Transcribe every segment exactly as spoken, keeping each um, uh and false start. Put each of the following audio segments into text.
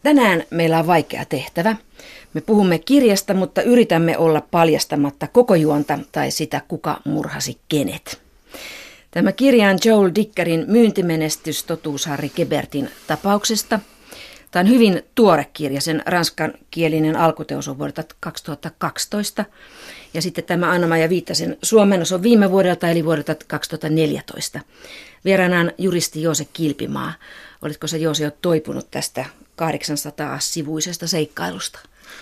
Tänään meillä on vaikea tehtävä. Me puhumme kirjasta, mutta yritämme olla paljastamatta koko juonta tai sitä, kuka murhasi kenet. Tämä kirja on Joel Dickerin myyntimenestys totuus Harry Quebertin tapauksesta. Tämä on hyvin tuore kirja, sen ranskankielinen alkuteos on vuodelta kaksituhattakaksitoista. Ja sitten tämä Anna-Maija Viitasen suomennos on viime vuodelta eli vuodelta kaksituhattaneljätoista. Vieraana on juristi Joose Kilpimaa. Olitko sä, Joose, jo toipunut tästä kahdeksansataa-sivuisesta seikkailusta?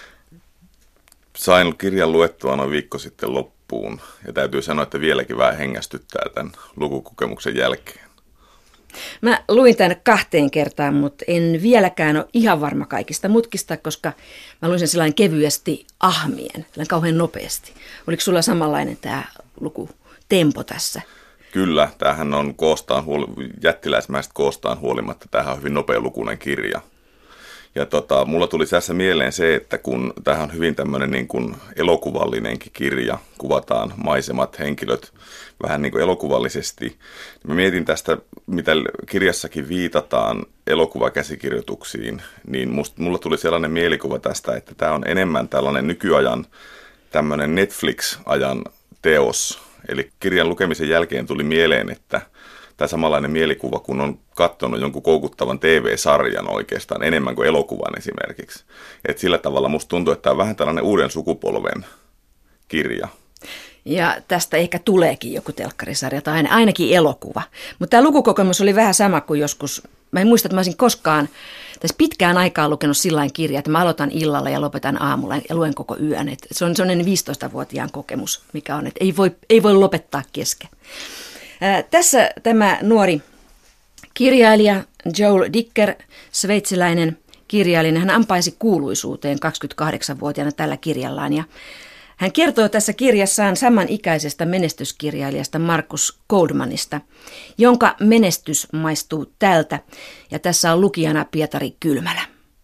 Sain kirjan luettua noin viikko sitten loppuun ja täytyy sanoa, että vieläkin vähän hengästyttää tämän lukukokemuksen jälkeen. Mä luin tämän kahteen kertaan, mutta en vieläkään ole ihan varma kaikista mutkista, koska mä luin sen sellainen kevyesti ahmien, sellainen kauhean nopeasti. Oliko sulla samanlainen tämä lukutempo tässä? Kyllä, tämähän on koostaan, jättiläismäistä koostaan huolimatta, tämähän on hyvin nopealukuinen kirja. Ja tota, mulla tuli tässä mieleen se, että kun tämähän on hyvin tämmöinen niin kuin elokuvallinenkin kirja, kuvataan maisemat, henkilöt vähän niin kuin elokuvallisesti. Niin mä mietin tästä, mitä kirjassakin viitataan elokuvakäsikirjoituksiin, niin musta, mulla tuli sellainen mielikuva tästä, että tämä on enemmän tällainen nykyajan tämmöinen Netflix-ajan teos. Eli kirjan lukemisen jälkeen tuli mieleen, että tämä samanlainen mielikuva, kun on katsonut jonkun koukuttavan T V-sarjan oikeastaan enemmän kuin elokuvan esimerkiksi. Et sillä tavalla musta tuntuu, että tämä on vähän tällainen uuden sukupolven kirja. Ja tästä ehkä tuleekin joku telkkarisarja tai ainakin elokuva. Mutta tämä lukukokemus oli vähän sama kuin joskus. Mä en muista, että mä olisin koskaan tässä pitkään aikaa lukenut sillain kirjaa, että mä aloitan illalla ja lopetan aamulla ja luen koko yön. Et se on sellainen viisitoistavuotiaan kokemus, mikä on, että ei voi, ei voi lopettaa kesken. Ää, tässä tämä nuori kirjailija Joel Dicker, sveitsiläinen kirjailija, hän ampaisi kuuluisuuteen kaksikymmentäkahdeksanvuotiaana tällä kirjallaan. Ja hän kertoo tässä kirjassaan samanikäisestä menestyskirjailijasta Markus Goldmanista, jonka menestys maistuu tältä. Ja tässä on lukijana Pietari Kylmälä.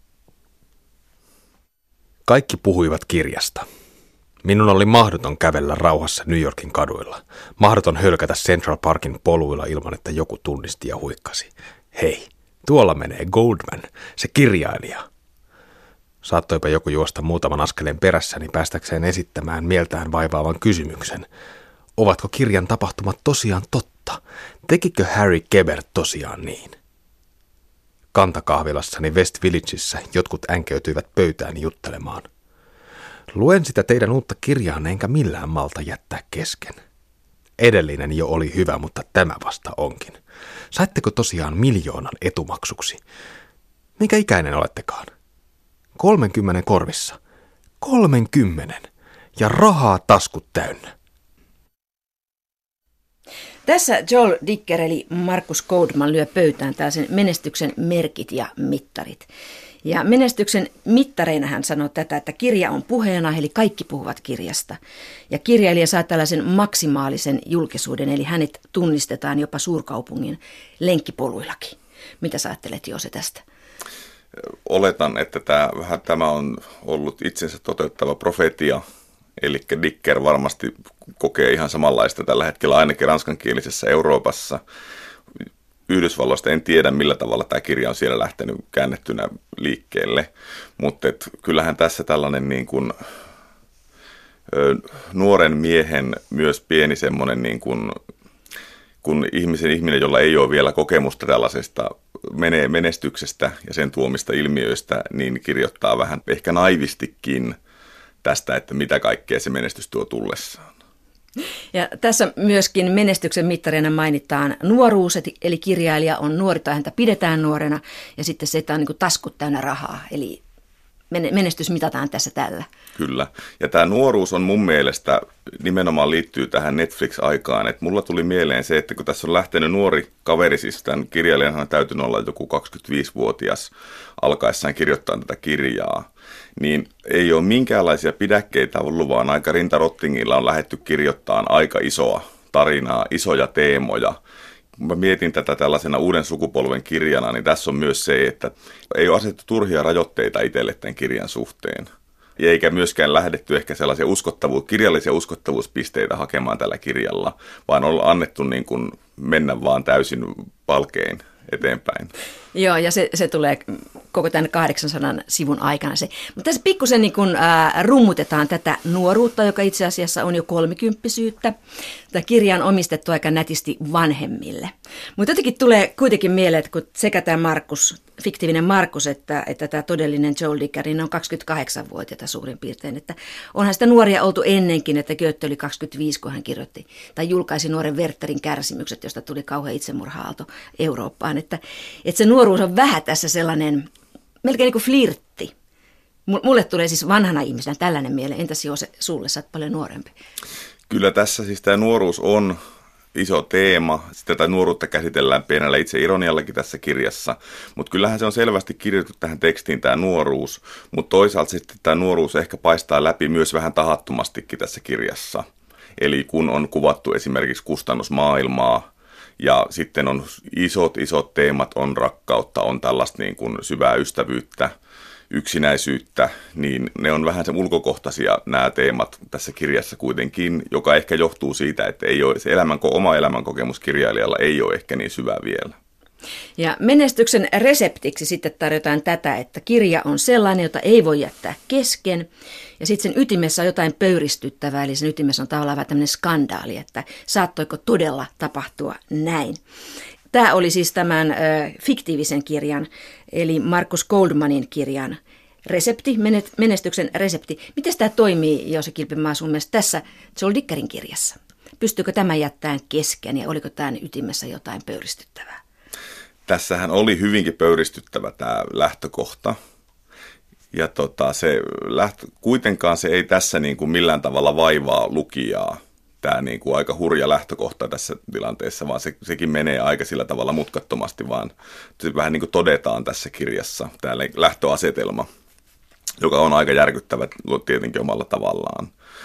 Kaikki puhuivat kirjasta. Minun oli mahdoton kävellä rauhassa New Yorkin kaduilla. Mahdoton hölkätä Central Parkin poluilla ilman, että joku tunnisti ja huikkasi. Hei, tuolla menee Goldman, se kirjailija. Saattoipa joku juosta muutaman askeleen perässäni päästäkseen esittämään mieltään vaivaavan kysymyksen. Ovatko kirjan tapahtumat tosiaan totta? Tekikö Harry Quebert tosiaan niin? Kantakahvilassani West Villageissa jotkut änkeytyivät pöytään juttelemaan. Luen sitä teidän uutta kirjaanne enkä millään malta jättää kesken. Edellinen jo oli hyvä, mutta tämä vasta onkin. Saitteko tosiaan miljoonan etumaksuksi? Minkä ikäinen olettekaan? Kolmenkymmenen korvissa. Kolmenkymmenen. Ja rahaa taskut täynnä. Tässä Joel Dicker eli Markus Goldman lyö pöytään tällaisen menestyksen merkit ja mittarit. Ja menestyksen mittareina hän sanoo tätä, että kirja on puheena, eli kaikki puhuvat kirjasta. Ja kirjailija saa tällaisen maksimaalisen julkisuuden, eli hänet tunnistetaan jopa suurkaupungin lenkkipoluillakin. Mitä sä ajattelet, Joose, tästä? Oletan, että tämä, vähän tämä on ollut itsensä toteuttava profetia, eli Dicker varmasti kokee ihan samanlaista tällä hetkellä ainakin ranskankielisessä Euroopassa. Yhdysvalloista en tiedä, millä tavalla tämä kirja on siellä lähtenyt käännettynä liikkeelle, mutta et, kyllähän tässä tällainen niin kuin, ö, nuoren miehen myös pieni semmoinen niin kuin, kun ihmisen ihminen, jolla ei ole vielä kokemusta tällaisesta menestyksestä ja sen tuomista ilmiöistä, niin kirjoittaa vähän ehkä naivistikin tästä, että mitä kaikkea se menestys tuo tullessaan. Ja tässä myöskin menestyksen mittareina mainitaan nuoruus, eli kirjailija on nuori tai häntä pidetään nuorena, ja sitten se, että on niin kuin taskut täynnä rahaa, eli menestys mitataan tässä tällä. Kyllä, ja tämä nuoruus on mun mielestä nimenomaan liittyy tähän Netflix-aikaan, että mulla tuli mieleen se, että kun tässä on lähtenyt nuori kaveri, siis tämän kirjailijanhan on täytynyt olla joku kaksikymmentäviisivuotias alkaessaan kirjoittaa tätä kirjaa, niin ei ole minkäänlaisia pidäkkeitä ollut, vaan aika rintarottingilla on lähdetty kirjoittamaan aika isoa tarinaa, isoja teemoja. Kun mä mietin tätä tällaisena uuden sukupolven kirjana, niin tässä on myös se, että ei ole asetettu turhia rajoitteita itselle tämän kirjan suhteen. Eikä myöskään lähdetty ehkä sellaisia uskottavuus, kirjallisia uskottavuuspisteitä hakemaan tällä kirjalla, vaan on annettu niin kuin mennä vaan täysin palkein eteenpäin. Joo, ja se, se tulee koko tämän kahdeksansadan sivun aikana se. Mutta tässä pikkusen niin kun, ää, rummutetaan tätä nuoruutta, joka itse asiassa on jo kolmikymppisyyttä. Tämä kirja on omistettu aika nätisti vanhemmille. Mutta jotenkin tulee kuitenkin mieleen, että kun sekä tämä Markus, fiktiivinen Markus, että, että tämä todellinen Joel Dicker, niin ne on kaksikymmentäkahdeksanvuotiaita suurin piirtein. Että onhan sitä nuoria oltu ennenkin, että Goethe oli kaksikymmentäviisi, kun hän kirjoitti tai julkaisi nuoren Wertherin kärsimykset, josta tuli kauhean itsemurha-aalto Eurooppaan. Että, että se nuoruus on vähän tässä sellainen, melkein niin kuin flirtti. Mulle tulee siis vanhana ihmisenä tällainen mieleen. Entäs Joose, sulle, sä oot paljon nuorempi? Kyllä tässä siis tämä nuoruus on iso teema. Sitä tätä nuoruutta käsitellään pienellä itse ironiallakin tässä kirjassa. Mutta kyllähän se on selvästi kirjoitettu tähän tekstiin tämä nuoruus. Mutta toisaalta sitten tämä nuoruus ehkä paistaa läpi myös vähän tahattomastikin tässä kirjassa. Eli kun on kuvattu esimerkiksi kustannusmaailmaa ja sitten on isot, isot teemat, on rakkautta, on tällaista niin kuin syvää ystävyyttä, yksinäisyyttä, niin ne on vähän se ulkokohtaisia nämä teemat tässä kirjassa kuitenkin, joka ehkä johtuu siitä, että ei ole, se elämän, oma elämänkokemus kirjailijalla ei ole ehkä niin syvä vielä. Ja menestyksen reseptiksi sitten tarjotaan tätä, että kirja on sellainen, jota ei voi jättää kesken. Ja sitten sen ytimessä on jotain pöyristyttävää, eli sen ytimessä on tavallaan vähän tämmöinen skandaali, että saattoiko todella tapahtua näin. Tämä oli siis tämän ö, fiktiivisen kirjan, eli Markus Goldmanin kirjan resepti, menestyksen resepti. Miten tämä toimii, Joose Kilpimaa, sun mielestä tässä Joel Dickerin kirjassa? Pystyykö tämä jättämään kesken ja oliko tämän ytimessä jotain pöyristyttävää? Tässähän oli hyvinkin pöyristyttävä tämä lähtökohta. Ja tota, se lähtö, kuitenkaan se ei tässä niin kuin millään tavalla vaivaa lukijaa. Tämä niin kuin aika hurja lähtökohta tässä tilanteessa, vaan se, sekin menee aika sillä tavalla mutkattomasti, vaan se vähän niin kuin todetaan tässä kirjassa, tämä lähtöasetelma, joka on aika järkyttävä tietenkin omalla tavallaan.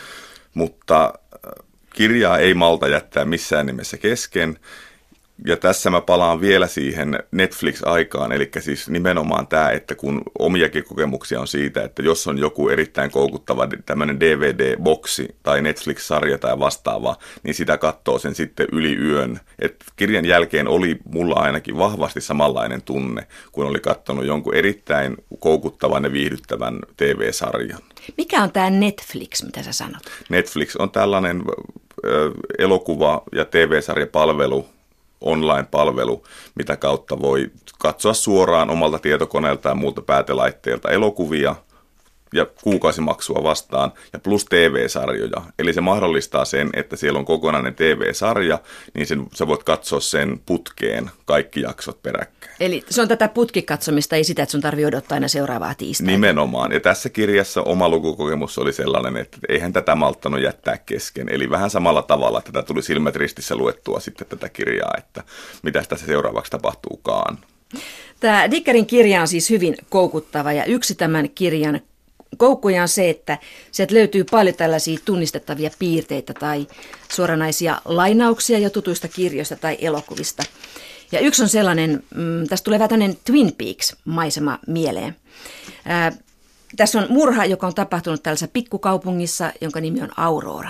Mutta kirjaa ei malta jättää missään nimessä kesken. Ja tässä mä palaan vielä siihen Netflix-aikaan, eli siis nimenomaan tämä, että kun omiakin kokemuksia on siitä, että jos on joku erittäin koukuttava tämmöinen D V D-boksi tai Netflix-sarja tai vastaava, niin sitä katsoo sen sitten yli yön. Et kirjan jälkeen oli mulla ainakin vahvasti samanlainen tunne, kun oli katsonut jonkun erittäin koukuttavan ja viihdyttävän T V-sarjan. Mikä on tämä Netflix, mitä sä sanot? Netflix on tällainen ö, elokuva- ja T V-sarjapalvelu, online-palvelu, mitä kautta voi katsoa suoraan omalta tietokoneelta ja muulta päätelaitteelta elokuvia ja kuukausimaksua vastaan ja plus T V-sarjoja. Eli se mahdollistaa sen, että siellä on kokonainen T V-sarja, niin sen, sä voit katsoa sen putkeen kaikki jaksot peräkkäin. Eli se on tätä putkikatsomista, ei sitä, että sun tarvitsee odottaa aina seuraavaa tiistaina. Nimenomaan. Ja tässä kirjassa oma lukukokemus oli sellainen, että eihän tätä malttanut jättää kesken. Eli vähän samalla tavalla, että tätä tuli silmät ristissä luettua sitten tätä kirjaa, että mitä tässä seuraavaksi tapahtuukaan. Tämä Dickerin kirja on siis hyvin koukuttava ja yksi tämän kirjan koukkuja on se, että sieltä löytyy paljon tällaisia tunnistettavia piirteitä tai suoranaisia lainauksia jo tutuista kirjoista tai elokuvista. Ja yksi on sellainen, mm, tässä tulee vähän tämmöinen Twin Peaks-maisema mieleen. Ää, tässä on murha, joka on tapahtunut tällaisessa pikkukaupungissa, jonka nimi on Aurora.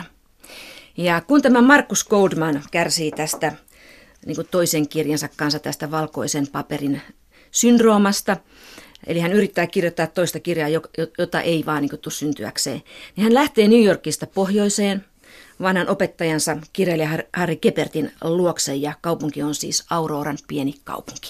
Ja kun tämä Markus Goldman kärsii tästä niin kuin toisen kirjansa kanssa tästä valkoisen paperin syndroomasta, eli hän yrittää kirjoittaa toista kirjaa, jota ei vaan niin tule syntyäkseen, niin hän lähtee New Yorkista pohjoiseen vanhan opettajansa kirjailija Harry Kepertin luokse, ja kaupunki on siis Auroran pieni kaupunki.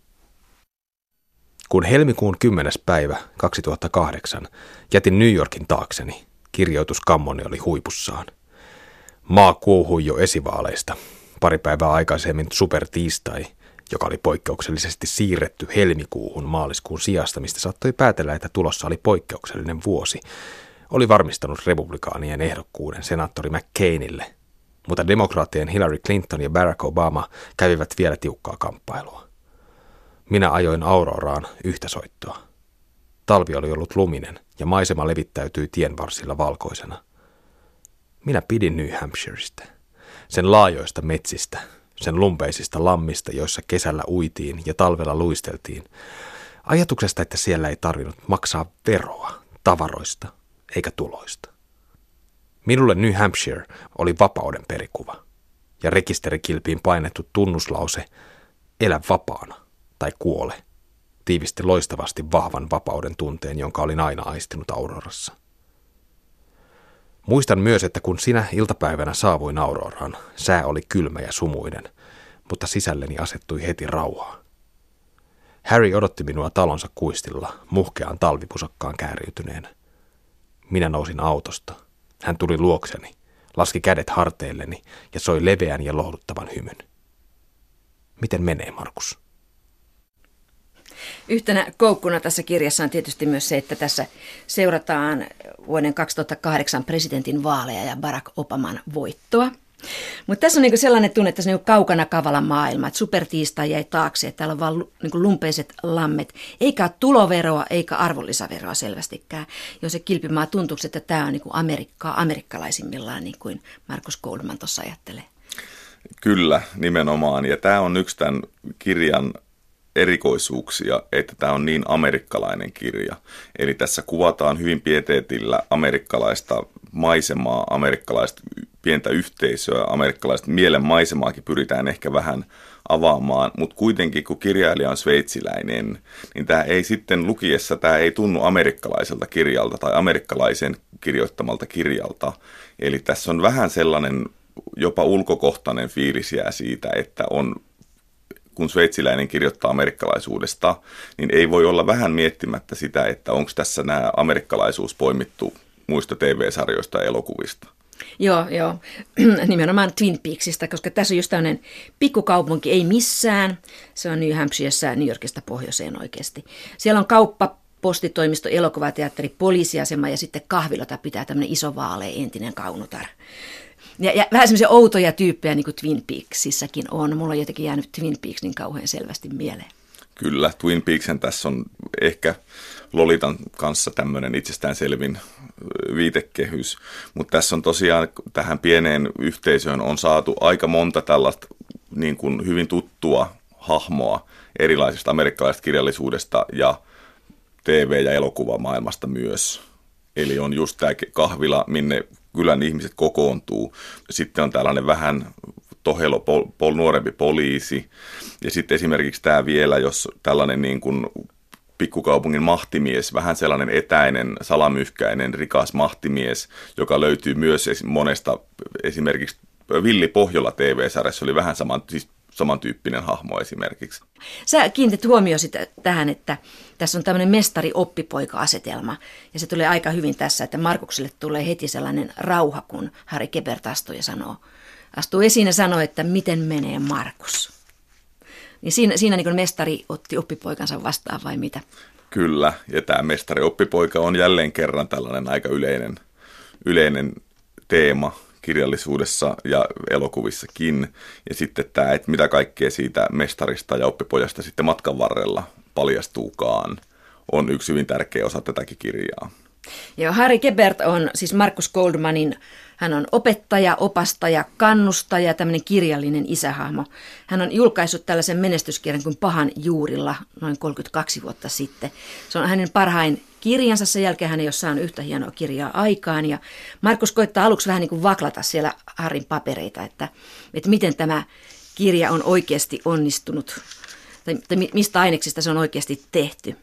Kun helmikuun kymmenes päivä kaksituhattakahdeksan jätin New Yorkin taakseni, kirjoituskammoni oli huipussaan. Maa kuohui jo esivaaleista. Pari päivää aikaisemmin supertiistai, joka oli poikkeuksellisesti siirretty helmikuuhun maaliskuun sijasta, mistä saattoi päätellä, että tulossa oli poikkeuksellinen vuosi, oli varmistanut republikaanien ehdokkuuden senaattori McCainille, mutta demokraattien Hillary Clinton ja Barack Obama kävivät vielä tiukkaa kamppailua. Minä ajoin Auroraan yhtä soittoa. Talvi oli ollut luminen ja maisema levittäytyi tien varsilla valkoisena. Minä pidin New Hampshireista, sen laajoista metsistä, sen lumpeisista lammista, joissa kesällä uitiin ja talvella luisteltiin. Ajatuksesta, että siellä ei tarvinnut maksaa veroa tavaroista eikä tuloista. Minulle New Hampshire oli vapauden perikuva ja rekisterikilpiin painettu tunnuslause elä vapaana tai kuole tiivisti loistavasti vahvan vapauden tunteen, jonka olin aina aistinut Aurorassa. Muistan myös, että kun sinä iltapäivänä saavuin Auroraan, sää oli kylmä ja sumuinen, mutta sisälleni asettui heti rauhaa. Harry odotti minua talonsa kuistilla, muhkeaan talvipusakkaan kääriytyneenä. Minä nousin autosta. Hän tuli luokseni, laski kädet harteilleni ja soi leveän ja lohduttavan hymyn. Miten menee, Markus? Yhtenä koukkuna tässä kirjassa on tietysti myös se, että tässä seurataan vuoden kaksituhattakahdeksan presidentin vaaleja ja Barack Obaman voittoa. Mutta tässä on niinku sellainen tunne, että se on niinku kaukana kavala maailma, että supertiistai jäi taakse, että täällä on vaan niinku lumpeiset lammet, eikä ole tuloveroa eikä arvonlisäveroa selvästikään. Jo se kilpimaa tuntuuko, että tämä on niinku Amerikkaa amerikkalaisimmillaan, niin kuin Markus Goldman tuossa ajattelee. Kyllä, nimenomaan. Ja tämä on yksi tämän kirjan erikoisuuksia, että tämä on niin amerikkalainen kirja. Eli tässä kuvataan hyvin pieteetillä amerikkalaista maisemaa, amerikkalaista pientä yhteisöä, amerikkalaista mielen maisemaakin pyritään ehkä vähän avaamaan, mutta kuitenkin kun kirjailija on sveitsiläinen, niin tämä ei sitten lukiessa, tämä ei tunnu amerikkalaiselta kirjalta tai amerikkalaisen kirjoittamalta kirjalta. Eli tässä on vähän sellainen jopa ulkokohtainen fiilis jää siitä, että on kun sveitsiläinen kirjoittaa amerikkalaisuudesta, niin ei voi olla vähän miettimättä sitä, että onko tässä nämä amerikkalaisuus poimittu muista T V-sarjoista ja elokuvista. Joo, joo. Nimenomaan Twin Peaksista, koska tässä on just tämmöinen pikkukaupunki, ei missään. Se on New Hampshireissa, New Yorkista pohjoiseen oikeasti. Siellä on kauppa, postitoimisto, elokuvateatteri, poliisiasema ja sitten kahvilota pitää tämmöinen iso vaalea entinen kaunotar. Ja, ja vähän semmoisia outoja tyyppejä niin kuin Twin Peaksissakin on. Mulla on jotenkin jäänyt Twin Peaks niin kauhean selvästi mieleen. Kyllä, Twin Peaksen tässä on ehkä Lolitan kanssa tämmöinen itsestäänselvin viitekehys, mutta tässä on tosiaan tähän pieneen yhteisöön on saatu aika monta tällaista niin kuin hyvin tuttua hahmoa erilaisista amerikkalaisesta kirjallisuudesta ja T V- ja elokuvamaailmasta myös. Eli on just tämä kahvila, minne kylän ihmiset kokoontuu. Sitten on tällainen vähän tohelo, pol, pol, nuorempi poliisi. Ja sitten esimerkiksi tämä vielä, jos tällainen niin kuin pikkukaupungin mahtimies, vähän sellainen etäinen, salamyhkäinen, rikas mahtimies, joka löytyy myös monesta, esimerkiksi Villi Pohjola T V-sarjassa oli vähän saman, siis samantyyppinen hahmo esimerkiksi. Sä kiinnitit huomioon sitä tähän, että tässä on tämmöinen mestari-oppipoika-asetelma, ja se tulee aika hyvin tässä, että Markukselle tulee heti sellainen rauha, kun Harry Gebert astuu ja sanoo, astuu esiin ja sanoo, että miten menee Markus. Niin siinä, siinä niin kuin mestari otti oppipoikansa vastaan vai mitä? Kyllä, ja tämä mestari-oppipoika on jälleen kerran tällainen aika yleinen, yleinen teema kirjallisuudessa ja elokuvissakin. Ja sitten tämä, että mitä kaikkea siitä mestarista ja oppipojasta sitten matkan varrella paljastuukaan, on yksi hyvin tärkeä osa tätäkin kirjaa. Joo, Harry Gebert on siis Markus Goldmanin, hän on opettaja, opastaja, kannustaja, tämmöinen kirjallinen isähahmo. Hän on julkaissut tällaisen menestyskirjan kuin Pahan juurilla noin kolmekymmentäkaksi vuotta sitten. Se on hänen parhain kirjansa, sen jälkeen hän ei ole saanut yhtä hienoa kirjaa aikaan. Ja Markus koittaa aluksi vähän niin kuin vaklata siellä Harryn papereita, että, että miten tämä kirja on oikeasti onnistunut, tai, tai mistä aineksista se on oikeasti tehty.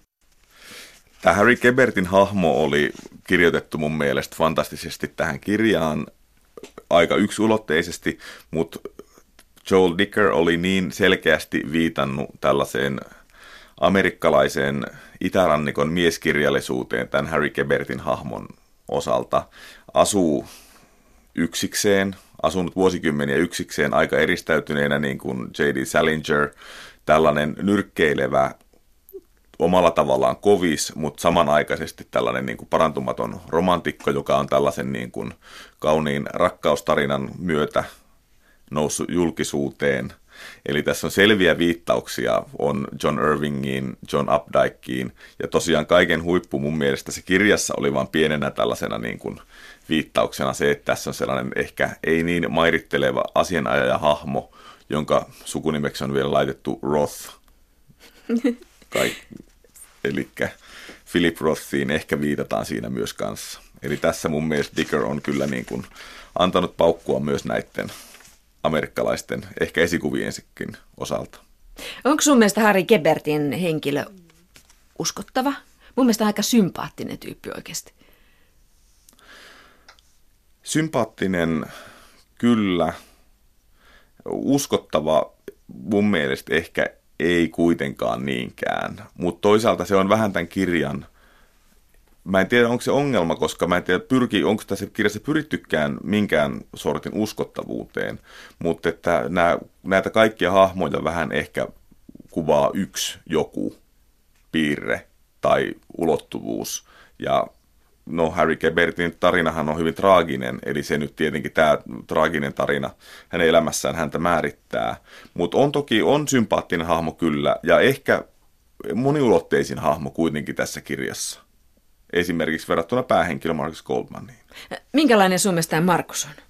Tämä Harry Gebertin hahmo oli kirjoitettu mun mielestä fantastisesti tähän kirjaan aika yksulotteisesti, mutta Joel Dicker oli niin selkeästi viitannut tällaiseen amerikkalaiseen itärannikon mieskirjallisuuteen tämän Harry Gebertin hahmon osalta. Asuu yksikseen, asunut vuosikymmeniä yksikseen aika eristäytyneenä niin kuin J D Salinger, tällainen nyrkkeilevä, omalla tavallaan kovis, mutta samanaikaisesti tällainen niin kuin parantumaton romantikko, joka on tällaisen niin kuin kauniin rakkaustarinan myötä noussut julkisuuteen. Eli tässä on selviä viittauksia, on John Irvingiin, John Updikeen, ja tosiaan kaiken huippu mun mielestä se kirjassa oli vain pienenä tällaisena niin kuin viittauksena se, että tässä on sellainen ehkä ei niin mairitteleva asianajaja hahmo, jonka sukunimeksi on vielä laitettu Roth. Kai. Eli Philip Rothiin ehkä viitataan siinä myös kanssa. Eli tässä mun mielestä Dicker on kyllä niin kuin antanut paukkua myös näiden amerikkalaisten, ehkä esikuviensakin osalta. Onko sun mielestä Harry Gebertin henkilö uskottava. Mun mielestä aika sympaattinen tyyppi oikeasti. Sympaattinen, kyllä. Uskottava mun mielestä ehkä ei kuitenkaan niinkään. Mutta toisaalta se on vähän tämän kirjan. Mä en tiedä, onko se ongelma, koska mä en tiedä, pyrki, onko tässä kirjassa pyrittykään minkään sortin uskottavuuteen. Mutta että nää, näitä kaikkia hahmoja vähän ehkä kuvaa yksi joku piirre tai ulottuvuus. Ja no, Harry Quebertin tarinahan on hyvin traaginen, eli se nyt tietenkin tämä traaginen tarina hänen elämässään häntä määrittää. Mutta on toki on sympaattinen hahmo kyllä, ja ehkä moniulotteisin hahmo kuitenkin tässä kirjassa. Esimerkiksi verrattuna päähenkilö Marcus Goldmaniin. Minkälainen sun mielestä tämä Marcus on?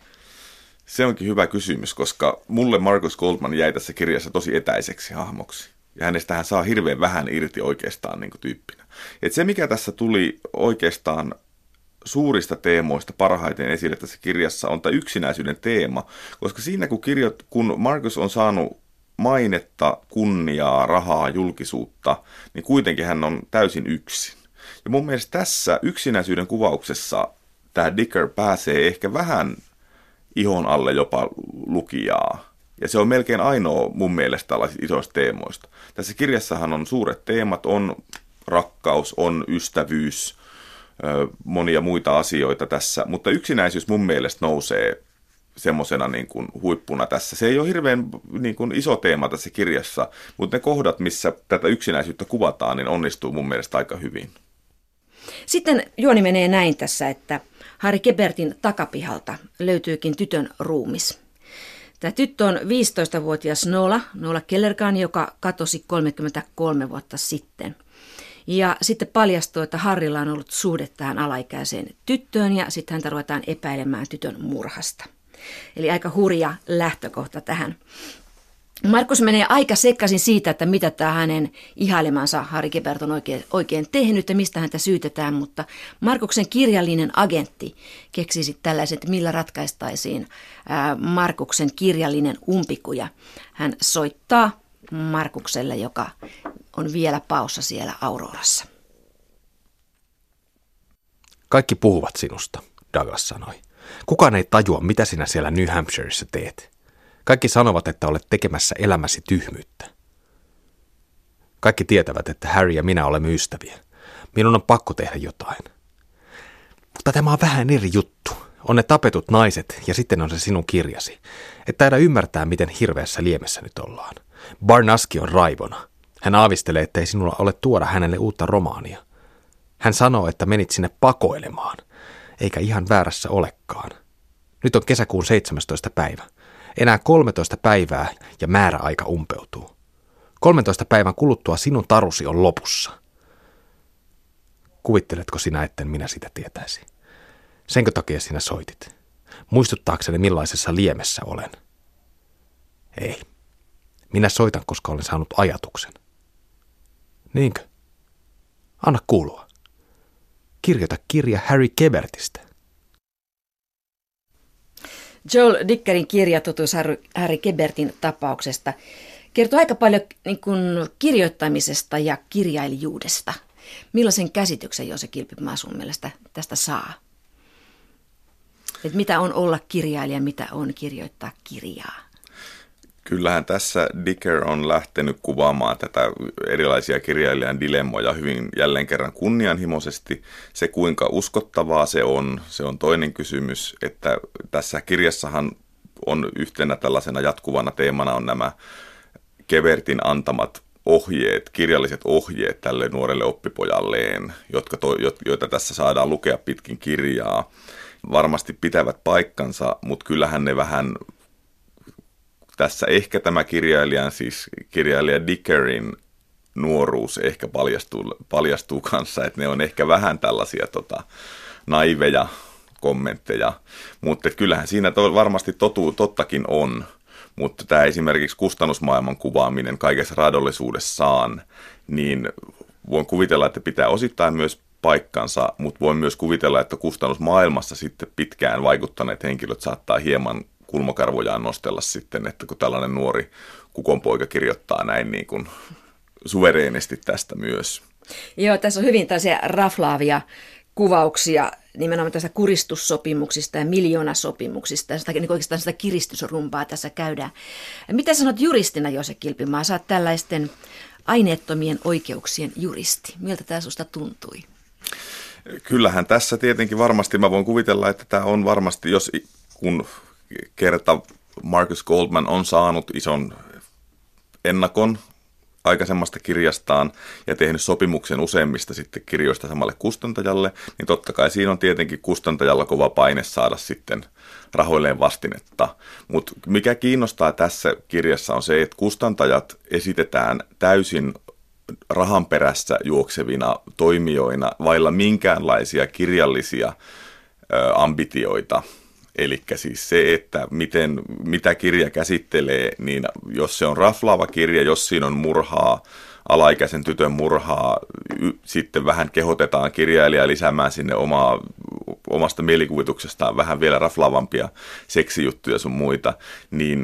Se onkin hyvä kysymys, koska mulle Marcus Goldman jäi tässä kirjassa tosi etäiseksi hahmoksi. Ja hänestähän saa hirveän vähän irti oikeastaan niin kuin tyyppinä. Et se, mikä tässä tuli oikeastaan suurista teemoista parhaiten esille tässä kirjassa, on tämä yksinäisyyden teema. Koska siinä, kun, kirjo, kun Marcus on saanut mainetta, kunniaa, rahaa, julkisuutta, niin kuitenkin hän on täysin yksin. Ja mun mielestä tässä yksinäisyyden kuvauksessa tämä Dicker pääsee ehkä vähän ihon alle jopa lukijaa. Ja se on melkein ainoa mun mielestä tällaisista isoista teemoista. Tässä kirjassahan on suuret teemat, on rakkaus, on ystävyys, monia muita asioita tässä. Mutta yksinäisyys mun mielestä nousee semmoisena niin kuin huippuna tässä. Se ei ole hirveän niin kuin iso teema tässä kirjassa, mutta ne kohdat, missä tätä yksinäisyyttä kuvataan, niin onnistuu mun mielestä aika hyvin. Sitten juoni menee näin tässä, että Harry Quebertin takapihalta löytyykin tytön ruumis. Tämä tyttö on viisitoistavuotias Nola, Nola Kellergan, joka katosi kolmekymmentäkolme vuotta sitten. Ja sitten paljastuu, että Harrylla on ollut suhde tähän alaikäiseen tyttöön ja sitten häntä ruvetaan epäilemään tytön murhasta. Eli aika hurja lähtökohta tähän. Markus menee aika sekaisin siitä, että mitä tämä hänen ihailemansa Harry Quebert on oikein, oikein tehnyt ja mistä häntä syytetään, mutta Markuksen kirjallinen agentti keksi sitten tällaisen, että millä ratkaistaisiin ää, Markuksen kirjallinen umpikuja. Hän soittaa Markukselle, joka on vielä paossa siellä Aurorassa. Kaikki puhuvat sinusta, Douglas sanoi. Kukaan ei tajua, mitä sinä siellä New Hampshireissa teet. Kaikki sanovat, että olet tekemässä elämäsi tyhmyyttä. Kaikki tietävät, että Harry ja minä olemme ystäviä. Minun on pakko tehdä jotain. Mutta tämä on vähän eri juttu. On ne tapetut naiset ja sitten on se sinun kirjasi. Et taida ymmärtää, miten hirveässä liemessä nyt ollaan. Barnaski on raivona. Hän aavistelee, että ei sinulla ole tuoda hänelle uutta romaania. Hän sanoo, että menit sinne pakoilemaan. Eikä ihan väärässä olekaan. Nyt on kesäkuun seitsemästoista päivä. Enää kolmetoista päivää ja määräaika umpeutuu. kolmentoista päivän kuluttua sinun tarusi on lopussa. Kuvitteletko sinä, etten minä sitä tietäisi? Senkö takia sinä soitit? Muistuttaakseni millaisessa liemessä olen? Ei. Minä soitan, koska olen saanut ajatuksen. Niinkö? Anna kuulua. Kirjoita kirja Harry Quebertistä. Joel Dickerin kirja Totuus Harry Quebertin tapauksesta kertoo aika paljon niin kuin kirjoittamisesta ja kirjailijuudesta. Millaisen käsityksen Joose Kilpimaa sun mielestä tästä saa? Et mitä on olla kirjailija, mitä on kirjoittaa kirjaa? Kyllähän tässä Dicker on lähtenyt kuvaamaan tätä erilaisia kirjailijan dilemmoja hyvin jälleen kerran kunnianhimoisesti. Se, kuinka uskottavaa se on, se on toinen kysymys, että tässä kirjassahan on yhtenä tällaisena jatkuvana teemana on nämä Quebertin antamat ohjeet, kirjalliset ohjeet tälle nuorelle oppipojalleen, jotka to, joita tässä saadaan lukea pitkin kirjaa. Varmasti pitävät paikkansa, mutta kyllähän ne vähän... Tässä ehkä tämä kirjailijan, siis kirjailija Dickerin nuoruus ehkä paljastuu, paljastuu kanssa, että ne on ehkä vähän tällaisia tota, naiveja kommentteja, mutta kyllähän siinä to, varmasti totu, tottakin on, mutta tämä esimerkiksi kustannusmaailman kuvaaminen kaikessa raadollisuudessaan, niin voin kuvitella, että pitää osittain myös paikkansa, mutta voin myös kuvitella, että kustannusmaailmassa sitten pitkään vaikuttaneet henkilöt saattaa hieman kulmakarvojaan nostella sitten, että kun tällainen nuori kukonpoika kirjoittaa näin niin kuin suvereenisti tästä myös. Joo, tässä on hyvin tällaisia raflaavia kuvauksia nimenomaan tästä kuristussopimuksista ja miljoonasopimuksista. Ja sitä, niin oikeastaan sitä kiristysrumpaa tässä käydään. Mitä sanot juristina, Joose Kilpimaa? Sä oot tällaisten aineettomien oikeuksien juristi. Miltä tämä susta tuntui? Kyllähän tässä tietenkin varmasti, mä voin kuvitella, että tämä on varmasti, jos kun kerta Marcus Goldman on saanut ison ennakon aikaisemmasta kirjastaan ja tehnyt sopimuksen useimmista sitten kirjoista samalle kustantajalle, niin totta kai siinä on tietenkin kustantajalla kova paine saada sitten rahoilleen vastinetta. Mutta mikä kiinnostaa tässä kirjassa on se, että kustantajat esitetään täysin rahan perässä juoksevina toimijoina vailla minkäänlaisia kirjallisia ö, ambitioita. Eli siis se, että miten, mitä kirja käsittelee, niin jos se on raflaava kirja, jos siinä on murhaa, alaikäisen tytön murhaa, y- sitten vähän kehotetaan kirjailijaa lisäämään sinne omaa, omasta mielikuvituksestaan vähän vielä raflaavampia seksijuttuja sun muita, niin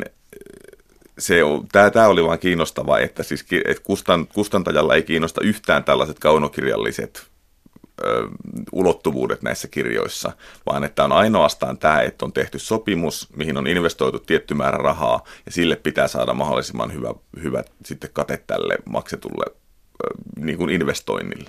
se, tämä oli vaan kiinnostavaa, että, siis, että kustan, kustantajalla ei kiinnosta yhtään tällaiset kaunokirjalliset ö, ulottuvuudet näissä kirjoissa, vaan että on ainoastaan tämä, että on tehty sopimus, mihin on investoitu tietty määrä rahaa, ja sille pitää saada mahdollisimman hyvä, hyvä sitten kate tälle maksetulle ö, niin kuin investoinnille.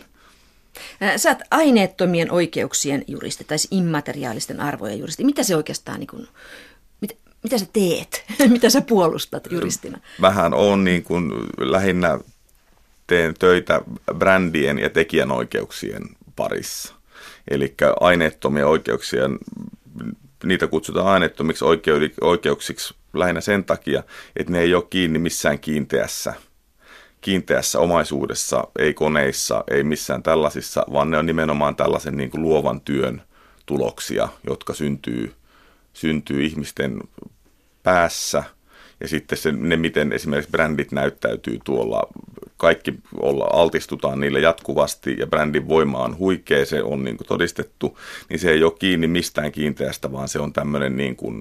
Sä oot aineettomien oikeuksien juristi, tai immateriaalisten arvojen juristi. Mitä se oikeastaan, niin kuin, mit, mitä sä teet? Mitä sä puolustat juristina? Vähän on niin kuin lähinnä teen töitä brändien ja tekijänoikeuksien parissa. Eli aineettomia oikeuksia, niitä kutsutaan aineettomiksi oikeuksiksi lähinnä sen takia, että ne ei ole kiinni missään kiinteässä, kiinteässä omaisuudessa, ei koneissa, ei missään tällaisissa, vaan ne on nimenomaan tällaisen niin kuin luovan työn tuloksia, jotka syntyy, syntyy ihmisten päässä. Ja sitten se, ne, miten esimerkiksi brändit näyttäytyy tuolla, kaikki olla, altistutaan niille jatkuvasti ja brändin voima on huikea, se on niin kuin todistettu, niin se ei ole kiinni mistään kiinteästä, vaan se on tämmöinen niin kuin,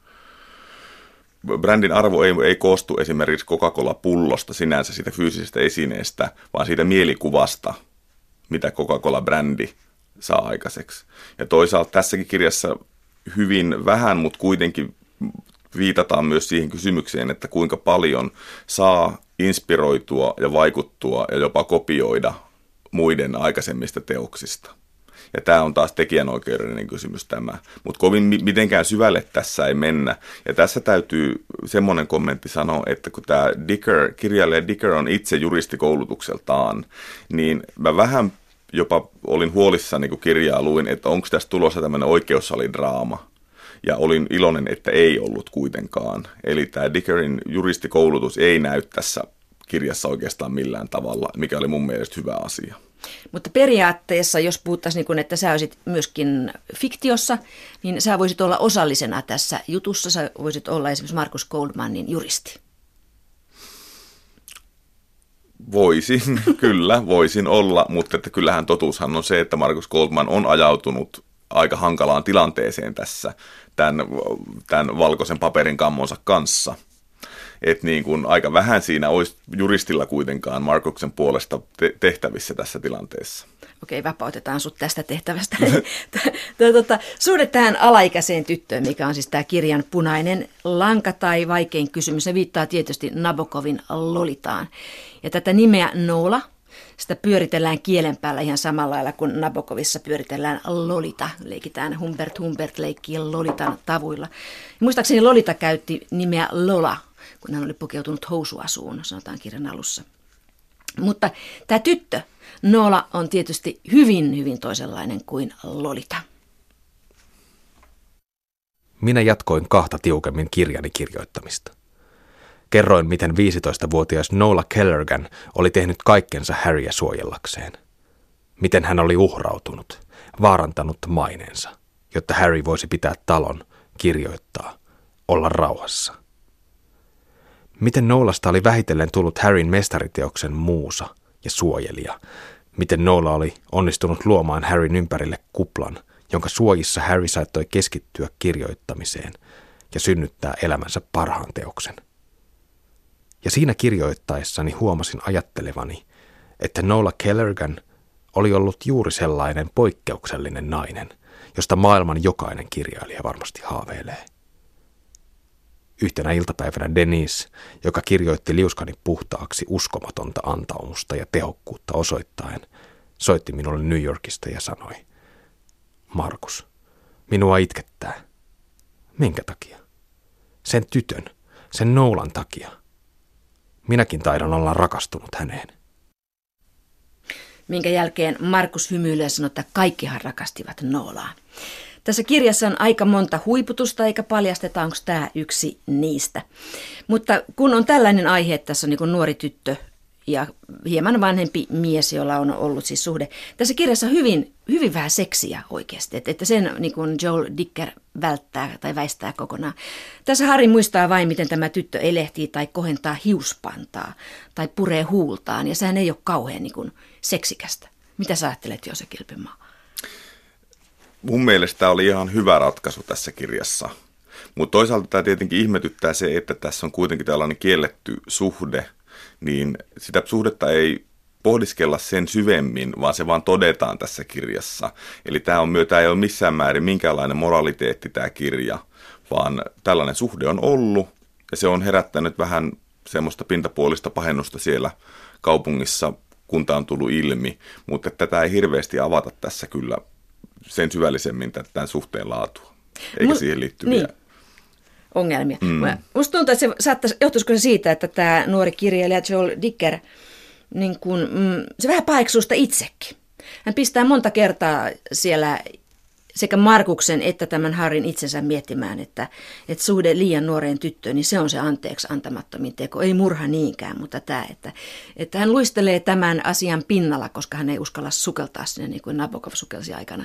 brändin arvo ei, ei koostu esimerkiksi Coca-Cola-pullosta sinänsä siitä fyysisestä esineestä, vaan siitä mielikuvasta, mitä Coca-Cola-brändi saa aikaiseksi. Ja toisaalta tässäkin kirjassa hyvin vähän, mutta kuitenkin viitataan myös siihen kysymykseen, että kuinka paljon saa inspiroitua ja vaikuttua ja jopa kopioida muiden aikaisemmista teoksista. Ja tämä on taas tekijänoikeudellinen kysymys tämä. Mutta kovin mitenkään syvälle tässä ei mennä. Ja tässä täytyy semmoinen kommentti sanoa, että kun tämä Dicker, kirjailija Dicker on itse juristikoulutukseltaan, niin mä vähän jopa olin huolissani, kun kirjaa luin, että onko tässä tulossa tämmöinen oikeussalidraama. Ja olin iloinen, että ei ollut kuitenkaan. Eli tämä Dickerin juristikoulutus ei näy tässä kirjassa oikeastaan millään tavalla, mikä oli mun mielestä hyvä asia. Mutta periaatteessa, jos puhuttaisiin, niin että sä olisit myöskin fiktiossa, niin sä voisit olla osallisena tässä jutussa. Sä voisit olla esimerkiksi Marcus Goldmanin juristi. Voisin, kyllä, voisin olla, mutta että kyllähän totuushan on se, että Marcus Goldman on ajautunut aika hankalaan tilanteeseen tässä tämän, tämän valkoisen paperin kammonsa kanssa. Että niin kuin aika vähän siinä olisi juristilla kuitenkaan Marcuksen puolesta te- tehtävissä tässä tilanteessa. Okei, vapautetaan sut tästä tehtävästä. tota, suhde tähän alaikäiseen tyttöön, mikä on siis tämä kirjan punainen lanka tai vaikein kysymys. Se viittaa tietysti Nabokovin Lolitaan. Ja tätä nimeä Nola, sitä pyöritellään kielen päällä ihan samalla lailla kuin Nabokovissa pyöritellään Lolita. Leikitään Humbert Humbert leikkii Lolitan tavuilla. Muistaakseni Lolita käytti nimeä Lola, kun hän oli pukeutunut housuasuun, sanotaan kirjan alussa. Mutta tämä tyttö, Nola, on tietysti hyvin, hyvin toisenlainen kuin Lolita. Minä jatkoin kahta tiukemmin kirjani kirjoittamista. Kerroin, miten viisitoistavuotias Nola Kellergan oli tehnyt kaikkensa Harryä suojellakseen. Miten hän oli uhrautunut, vaarantanut maineensa, jotta Harry voisi pitää talon, kirjoittaa, olla rauhassa. Miten Nolasta oli vähitellen tullut Harryn mestariteoksen muusa ja suojelija. Miten Nola oli onnistunut luomaan Harryn ympärille kuplan, jonka suojissa Harry saattoi keskittyä kirjoittamiseen ja synnyttää elämänsä parhaan teoksen. Ja siinä kirjoittaessani huomasin ajattelevani, että Nola Callaghan oli ollut juuri sellainen poikkeuksellinen nainen, josta maailman jokainen kirjailija varmasti haaveilee. Yhtenä iltapäivänä Denise, joka kirjoitti Liuskani puhtaaksi uskomatonta antaumusta ja tehokkuutta osoittaen, soitti minulle New Yorkista ja sanoi, Markus, minua itkettää. Minkä takia? Sen tytön, sen Nolan takia. Minäkin taidan olla rakastunut häneen. Minkä jälkeen Markus hymyilee ja sanoi, että kaikkihan rakastivat Nolaa. Tässä kirjassa on aika monta huiputusta, eikä paljasteta, onko tämä yksi niistä. Mutta kun on tällainen aihe, että tässä on niin nuori tyttö ja hieman vanhempi mies, jolla on ollut siis suhde. Tässä kirjassa on hyvin, hyvin vähän seksiä oikeasti, että, että sen niin kuin Joel Dicker välttää tai väistää kokonaan. Tässä Harry muistaa vain, miten tämä tyttö elehtii tai kohentaa hiuspantaa tai puree huultaan, ja sehän ei ole kauhean niin kuin seksikästä. Mitä sä ajattelet, Joose Kilpimaa? Mun mielestä tämä oli ihan hyvä ratkaisu tässä kirjassa, mutta toisaalta tämä tietenkin ihmetyttää se, että tässä on kuitenkin tällainen kielletty suhde, niin sitä suhdetta ei pohdiskella sen syvemmin, vaan se vaan todetaan tässä kirjassa. Eli tämä, on, tämä ei ole missään määrin minkäänlainen moraliteetti tämä kirja, vaan tällainen suhde on ollut ja se on herättänyt vähän semmoista pintapuolista pahennusta siellä kaupungissa, kun tämä on tullut ilmi, mutta tätä ei hirveästi avata tässä kyllä sen syvällisemmin tämän suhteen laatua, eikä Mut, siihen liittyviä niin. ongelmia. Mm. Musta tuntuu, että se saattaisi, johtuisiko se siitä, että tämä nuori kirjailija Joel Dicker, niin kun, mm, se vähän paheksuu sitä itsekin. Hän pistää monta kertaa siellä sekä Markuksen että tämän Harryn itsensä miettimään, että, että suhde liian nuoreen tyttöön, niin se on se anteeksi antamattomin teko. Ei murha niinkään, mutta tämä, että, että hän luistelee tämän asian pinnalla, koska hän ei uskalla sukeltaa sinne niin kuin Nabokov sukelsi aikanaan.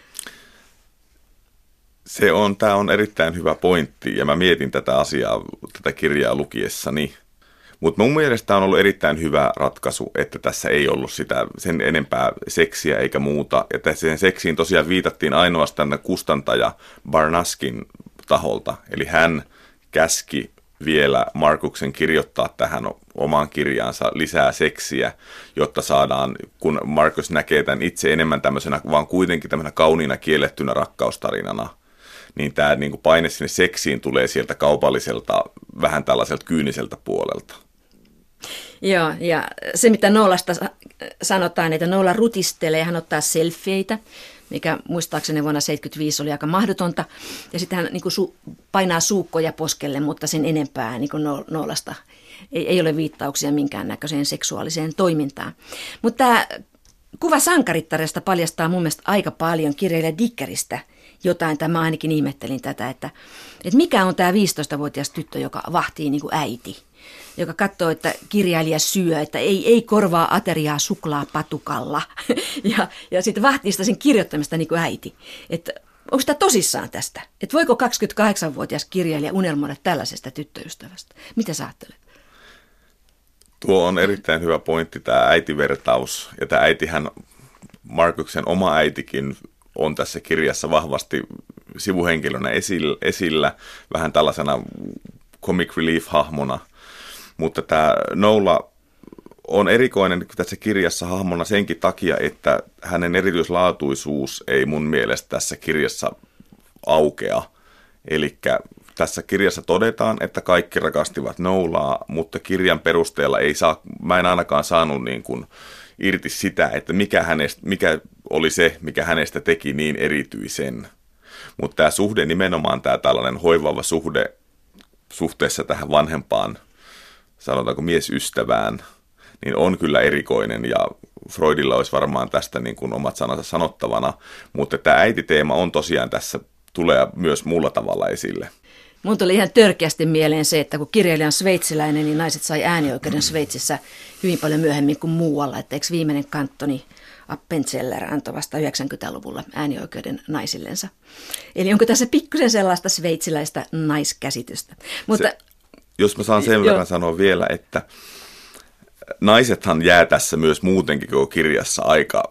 Se on, tämä on erittäin hyvä pointti ja mä mietin tätä asiaa, tätä kirjaa lukiessani. Mutta mun mielestä on ollut erittäin hyvä ratkaisu, että tässä ei ollut sitä sen enempää seksiä eikä muuta. Ja tässä seksiin tosiaan viitattiin ainoastaan kustantaja Barnaskin taholta. Eli hän käski vielä Markuksen kirjoittaa tähän omaan kirjaansa lisää seksiä, jotta saadaan, kun Markus näkee tämän itse enemmän tämmöisenä, vaan kuitenkin tämmöisenä kauniina kiellettynä rakkaustarinana, niin tämä niin kuin paine sinne seksiin tulee sieltä kaupalliselta, vähän tällaiselta kyyniseltä puolelta. Joo, ja se mitä Nolasta sanotaan, että Nola rutistelee, hän ottaa selfieitä, mikä muistaakseni vuonna seitsemänkymmentäviisi oli aika mahdotonta, ja sitten hän niin kuin su- painaa suukkoja poskelle, mutta sen enempää niin kuin Nolasta ei, ei ole viittauksia minkäännäköiseen seksuaaliseen toimintaan. Mutta tämä kuva sankarittaresta paljastaa mun mielestä aika paljon kirjailija Dickeristä jotain, tämä ainakin ihmettelin tätä, että, että mikä on tämä viisitoistavuotias tyttö, joka vahtii niin kuin äiti, joka katsoo, että kirjailija syö, että ei, ei korvaa ateriaa suklaapatukalla ja, ja sitten vahtii sitä sen kirjoittamista niin kuin äiti. Että onko tämä tosissaan tästä? Että voiko kaksikymmentäkahdeksanvuotias kirjailija unelmoida tällaisesta tyttöystävästä? Mitä sä ajattelet? Tuo on erittäin hyvä pointti, tämä äitivertaus. Ja tämä äitihän, Markuksen oma äitikin, on tässä kirjassa vahvasti sivuhenkilönä esillä, esillä vähän tällaisena comic relief-hahmona. Mutta tämä Nola on erikoinen tässä kirjassa hahmona senkin takia, että hänen erityislaatuisuus ei mun mielestä tässä kirjassa aukea. Eli tässä kirjassa todetaan, että kaikki rakastivat Nolaa, mutta kirjan perusteella ei saa, mä en ainakaan saanut niin kuin irti sitä, että mikä, hänestä, mikä oli se, mikä hänestä teki niin erityisen. Mutta tämä suhde, nimenomaan tämä tällainen hoivaava suhde suhteessa tähän vanhempaan, sanotaanko miesystävään, niin on kyllä erikoinen ja Freudilla olisi varmaan tästä niin kuin omat sanansa sanottavana, mutta tämä äititeema on tosiaan tässä, tulee myös muulla tavalla esille. Mun tuli ihan törkeästi mieleen se, että kun kirjailija on sveitsiläinen, niin naiset sai äänioikeuden Sveitsissä hyvin paljon myöhemmin kuin muualla. Että eikö viimeinen kantoni Appenzeller antoi vasta yhdeksänkymmentäluvulla äänioikeuden naisillensa. Eli onko tässä pikkusen sellaista sveitsiläistä naiskäsitystä? Mutta, se, jos mä saan sen verran sanoa vielä, että naisethan jää tässä myös muutenkin koko kirjassa aika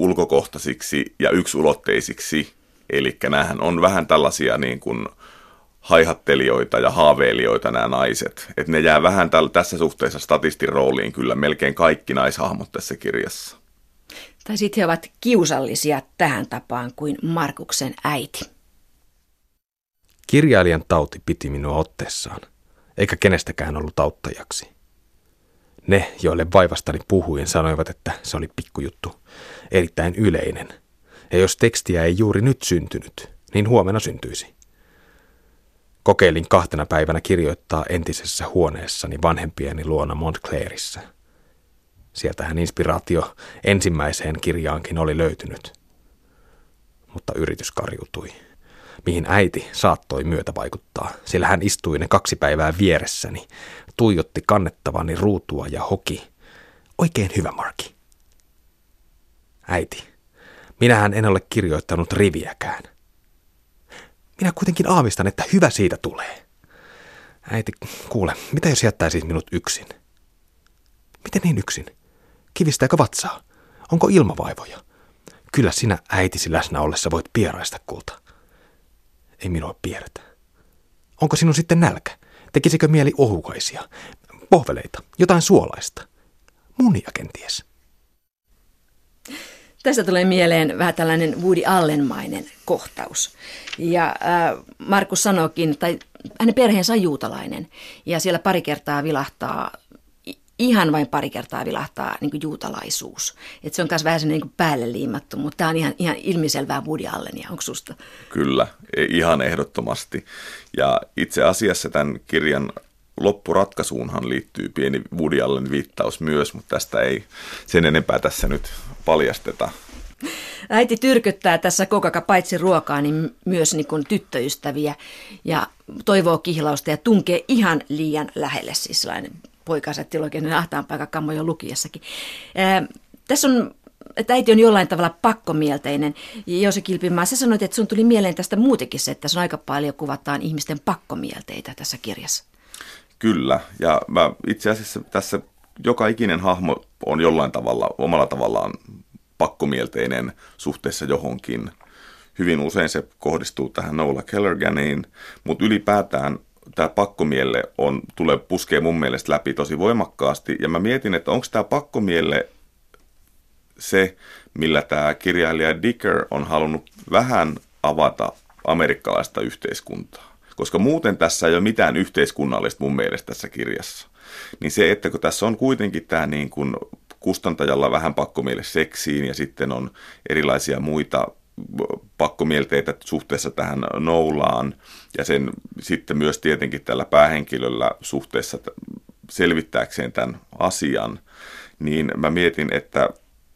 ulkokohtaisiksi ja yksulotteisiksi. Eli näähän on vähän tällaisia niin kuin haihattelijoita ja haaveilijoita nämä naiset. Että ne jää vähän täl, tässä suhteessa statistin rooliin kyllä melkein kaikki naishahmot tässä kirjassa. Tai sitten he ovat kiusallisia tähän tapaan kuin Markuksen äiti. Kirjailijan tauti piti minua otteessaan, eikä kenestäkään ollut auttajaksi. Ne, joille vaivastani puhuin, sanoivat, että se oli pikkujuttu, erittäin yleinen. Ja jos tekstiä ei juuri nyt syntynyt, niin huomenna syntyisi. Kokeilin kahtena päivänä kirjoittaa entisessä huoneessani vanhempieni luona Montclairissa. Sieltähän inspiraatio ensimmäiseen kirjaankin oli löytynyt. Mutta yritys kariutui, mihin äiti saattoi myötä vaikuttaa, sillä hän istui ne kaksi päivää vieressäni, tuijotti kannettavani ruutua ja hoki. Oikein hyvä, Marki. Äiti, minähän en ole kirjoittanut riviäkään. Minä kuitenkin aavistan, että hyvä siitä tulee. Äiti, kuule, mitä jos jättäisit minut yksin? Miten niin yksin? Kivistääkö vatsaa? Onko ilmavaivoja? Kyllä sinä äitisi läsnä ollessa voit pieraista, kulta. Ei minua pierretä. Onko sinun sitten nälkä? Tekisikö mieli ohukaisia? Pohveleita? Jotain suolaista? Munia kenties? Tästä tulee mieleen vähän tällainen Woody Allen-mainen kohtaus. Ja äh, Markus sanookin, tai hänen perheensä on juutalainen, ja siellä pari kertaa vilahtaa, ihan vain pari kertaa vilahtaa niin kuin juutalaisuus. Et se on myös vähän niin kuin päälle liimattu, mutta tämä on ihan, ihan ilmiselvää Woody Allenia. Onko susta? Kyllä, ihan ehdottomasti. Ja itse asiassa tämän kirjan loppuratkaisuunhan liittyy pieni Woody Allen viittaus myös, mutta tästä ei sen enempää tässä nyt paljasteta. Äiti tyrkyttää tässä koko ajan paitsi ruokaa, niin myös niin kuin tyttöystäviä ja toivoo kihlausta ja tunkee ihan liian lähelle, siis sellainen poikasettilo oikein ahtaan paikan kammo jo lukiessakin. Ää, tässä on, että äiti on jollain tavalla pakkomielteinen. Josi Kilpimaa, sä sanoit, että sun tuli mieleen tästä muutenkin se, että tässä on aika paljon kuvataan ihmisten pakkomielteitä tässä kirjassa. Kyllä, ja mä itse asiassa tässä joka ikinen hahmo on jollain tavalla, omalla tavallaan pakkomielteinen suhteessa johonkin. Hyvin usein se kohdistuu tähän Nola Kellerganiin, mutta ylipäätään tämä pakkomielle on, tulee puskee mun mielestä läpi tosi voimakkaasti. Ja mä mietin, että onko tämä pakkomielle se, millä tämä kirjailija Dicker on halunnut vähän avata amerikkalaista yhteiskuntaa. Koska muuten tässä ei ole mitään yhteiskunnallista mun mielestä tässä kirjassa. Niin se, että kun tässä on kuitenkin tämä niin kuin kustantajalla vähän pakkomielle seksiin ja sitten on erilaisia muita pakkomielteitä suhteessa tähän Nolaan ja sen sitten myös tietenkin tällä päähenkilöllä suhteessa selvittääkseen tämän asian, niin mä mietin, että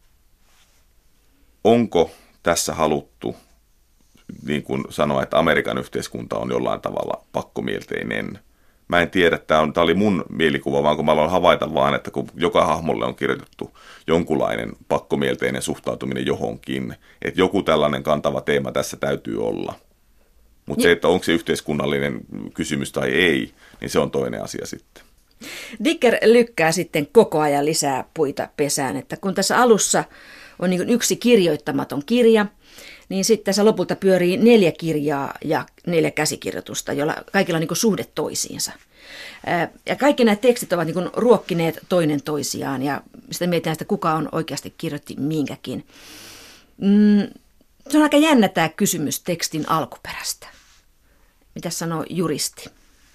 onko tässä haluttu niin kuin sanoa, että Amerikan yhteiskunta on jollain tavalla pakkomielteinen. Mä en tiedä, tämä, on, tämä oli mun mielikuva, vaan kun mä aloin havaita vaan, että kun joka hahmolle on kirjoitettu jonkunlainen pakkomielteinen suhtautuminen johonkin, että joku tällainen kantava teema tässä täytyy olla. Mutta se, että onko se yhteiskunnallinen kysymys tai ei, niin se on toinen asia sitten. Dicker lykkää sitten koko ajan lisää puita pesään, että kun tässä alussa on niin kuin yksi kirjoittamaton kirja, niin sitten tässä lopulta pyörii neljä kirjaa ja neljä käsikirjoitusta, joilla kaikilla on niin kuin suhde toisiinsa. Ja kaikki nämä tekstit ovat niin kuin ruokkineet toinen toisiaan ja sitten mietitään sitä, kuka on oikeasti kirjoitti minkäkin. Se on aika jännä tämä kysymys tekstin alkuperästä. Mitä sanoo juristi?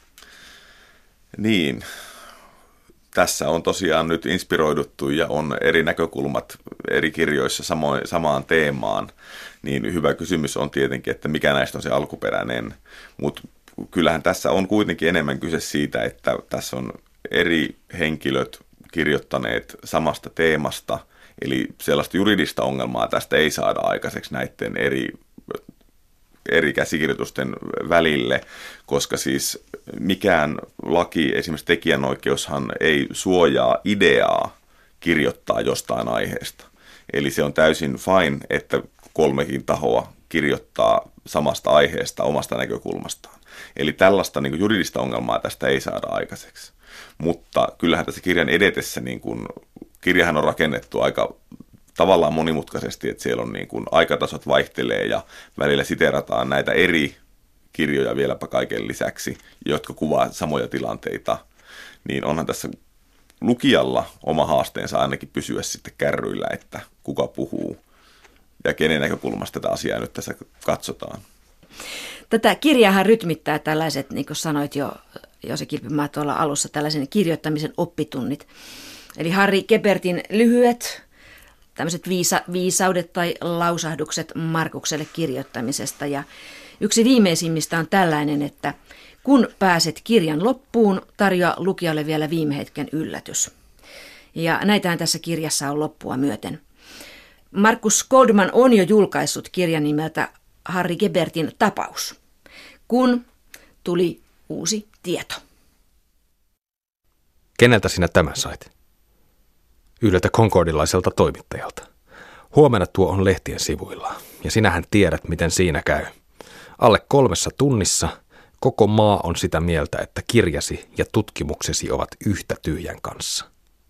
Niin, tässä on tosiaan nyt inspiroiduttu ja on eri näkökulmat eri kirjoissa samoin, samaan teemaan. Niin hyvä kysymys on tietenkin, että mikä näistä on se alkuperäinen, mutta kyllähän tässä on kuitenkin enemmän kyse siitä, että tässä on eri henkilöt kirjoittaneet samasta teemasta, eli sellaista juridista ongelmaa tästä ei saada aikaiseksi näiden eri, eri käsikirjoitusten välille, koska siis mikään laki, esimerkiksi tekijänoikeushan ei suojaa ideaa kirjoittaa jostain aiheesta. Eli se on täysin fine, että kolmekin tahoa kirjoittaa samasta aiheesta omasta näkökulmastaan. Eli tällaista niin kuin juridista ongelmaa tästä ei saada aikaiseksi. Mutta kyllähän tässä kirjan edetessä, niin kuin, kirjahan on rakennettu aika tavallaan monimutkaisesti, että siellä on niin kuin, aikatasot vaihtelee ja välillä siteerataan näitä eri kirjoja vieläpä kaiken lisäksi, jotka kuvaa samoja tilanteita, niin onhan tässä lukijalla oma haasteensa ainakin pysyä sitten kärryillä, että kuka puhuu ja kenen näkökulmasta tätä asiaa nyt tässä katsotaan. Tätä kirjaahan rytmittää tällaiset, niin kuin sanoit jo, Jose Kilpimaa tuolla alussa, tällaisen kirjoittamisen oppitunnit. Eli Harry Gebertin lyhyet, tämmöiset viisa, viisaudet tai lausahdukset Markukselle kirjoittamisesta. Ja yksi viimeisimmistä on tällainen, että kun pääset kirjan loppuun, tarjoa lukijalle vielä viime hetken yllätys. Ja näitähän tässä kirjassa on loppua myöten. Markus Goldman on jo julkaissut kirjan nimeltä Harry Gebertin tapaus, kun tuli uusi tieto. Keneltä sinä tämän sait? Yhdeltä konkordilaiselta toimittajalta. Huomenna tuo on lehtien sivuilla, ja sinähän tiedät, miten siinä käy. Alle kolmessa tunnissa koko maa on sitä mieltä, että kirjasi ja tutkimuksesi ovat yhtä tyhjän kanssa.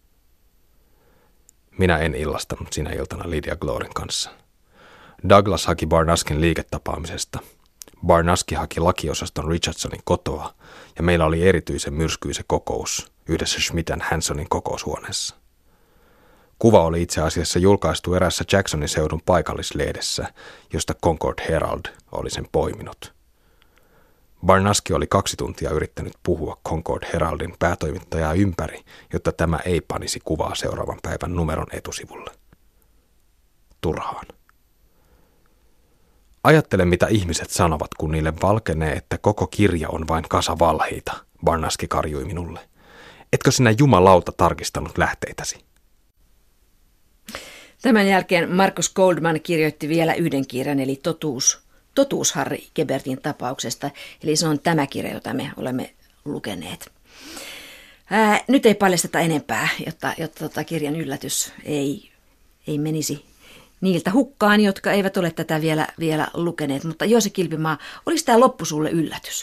Minä en illastanut sinä iltana Lydia Glorin kanssa. Douglas haki Barnaskin liiketapaamisesta. Barnaski haki lakiosaston Richardsonin kotoa, ja meillä oli erityisen myrskyisen kokous yhdessä Schmidt and Hansonin kokoushuoneessa. Kuva oli itse asiassa julkaistu erässä Jacksonin seudun paikallislehdessä, josta Concord Herald oli sen poiminut. Barnaski oli kaksi tuntia yrittänyt puhua Concord Heraldin päätoimittajaa ympäri, jotta tämä ei panisi kuvaa seuraavan päivän numeron etusivulle. Turhaan. Ajattele, mitä ihmiset sanovat, kun niille valkenee, että koko kirja on vain kasa valheita, Barnaski karjui minulle. Etkö sinä jumalauta tarkistanut lähteitäsi? Tämän jälkeen Markus Goldman kirjoitti vielä yhden kirjan, eli Totuus, Totuus Harry Gebertin tapauksesta. Eli se on tämä kirja, jota me olemme lukeneet. Ää, nyt ei paljasteta enempää, jotta, jotta tota kirjan yllätys ei, ei menisi niiltä hukkaan, jotka eivät ole tätä vielä, vielä lukeneet. Mutta Jose Kilpimaa, olisi tämä loppu sulle yllätys?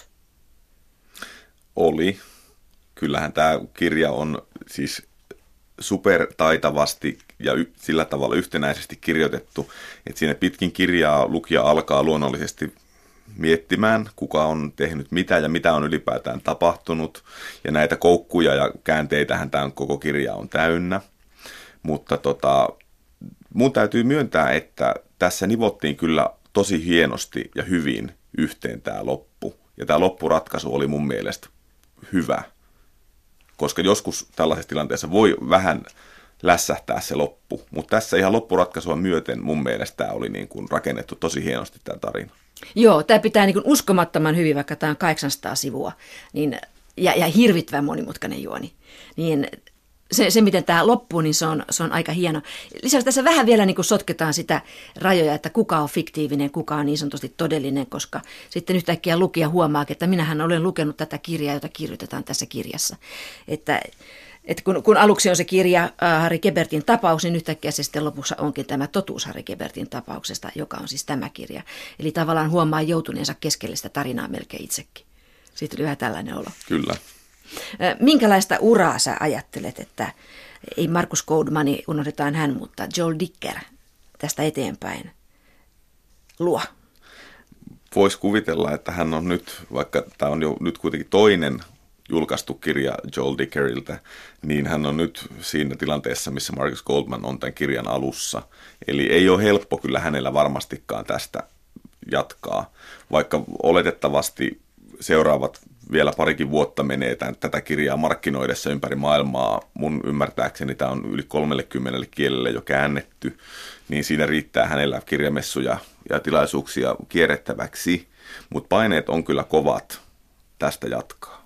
Oli. Kyllähän tämä kirja on siis supertaitavasti ja y- sillä tavalla yhtenäisesti kirjoitettu, että siinä pitkin kirjaa lukija alkaa luonnollisesti miettimään, kuka on tehnyt mitä ja mitä on ylipäätään tapahtunut. Ja näitä koukkuja ja käänteitähän tämä koko kirja on täynnä. Mutta tota, mun täytyy myöntää, että tässä nivottiin kyllä tosi hienosti ja hyvin yhteen tämä loppu. Ja tämä loppuratkaisu oli mun mielestä hyvä. Koska joskus tällaisessa tilanteessa voi vähän lässähtää se loppu. Mutta tässä ihan loppuratkaisua myöten mun mielestä tämä oli niin kuin rakennettu tosi hienosti tämä tarina. Joo, tämä pitää niin kuin uskomattoman hyvin, vaikka tämä on kahdeksansataa sivua niin, ja, ja hirvittävän monimutkainen juoni. Niin se, se, miten tämä loppuu, niin se on, se on aika hieno. Lisäksi tässä vähän vielä niin kuin sotketaan sitä rajoja, että kuka on fiktiivinen, kuka on niin sanotusti todellinen, koska sitten yhtäkkiä lukija huomaa, että minähän olen lukenut tätä kirjaa, jota kirjoitetaan tässä kirjassa. Että, että kun, kun aluksi on se kirja äh, Harry Gebertin tapaus, niin yhtäkkiä se sitten lopussa onkin tämä Totuus Harry Gebertin tapauksesta, joka on siis tämä kirja. Eli tavallaan huomaa joutuneensa keskelle sitä tarinaa melkein itsekin. Siitä oli vähän tällainen olo. Kyllä. Minkälaista uraa sä ajattelet, että ei Markus Goldmani, unohdetaan hän, mutta Joel Dicker tästä eteenpäin luo? Voisi kuvitella, että hän on nyt, vaikka tämä on jo nyt kuitenkin toinen julkaistu kirja Joel Dickeriltä, niin hän on nyt siinä tilanteessa, missä Markus Goldman on tämän kirjan alussa. Eli ei ole helppo kyllä hänellä varmastikaan tästä jatkaa, vaikka oletettavasti seuraavat vielä parikin vuotta menee tämän, tätä kirjaa markkinoidessa ympäri maailmaa. Mun ymmärtääkseni tämä on yli kolmellekymmenelle kielelle jo käännetty, niin siinä riittää hänellä kirjamessuja ja tilaisuuksia kierrettäväksi, mutta paineet on kyllä kovat tästä jatkaa.